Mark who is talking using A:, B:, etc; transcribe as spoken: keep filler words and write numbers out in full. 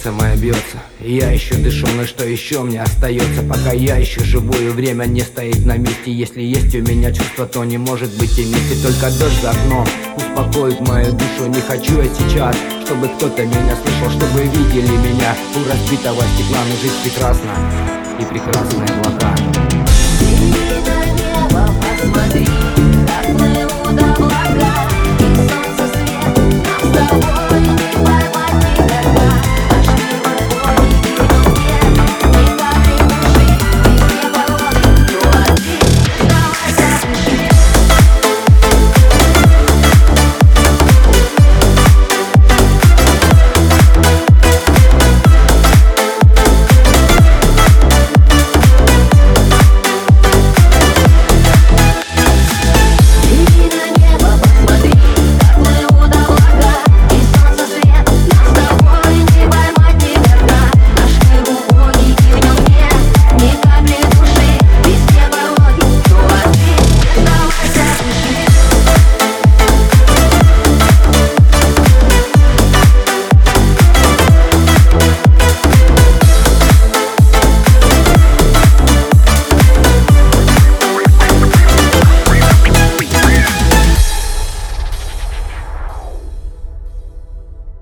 A: сердце мое бьется, я еще дышу, но что еще мне остается? Пока я еще живу и время не стоит на месте. Если есть у меня чувство, то не может быть и вместе. Только дождь за окном успокоит мою душу. Не хочу я сейчас, чтобы кто-то меня слышал, чтобы видели меня у разбитого стекла. Но жизнь прекрасна и прекрасные облака.
B: Ты на небо посмотри, как плывут облака, и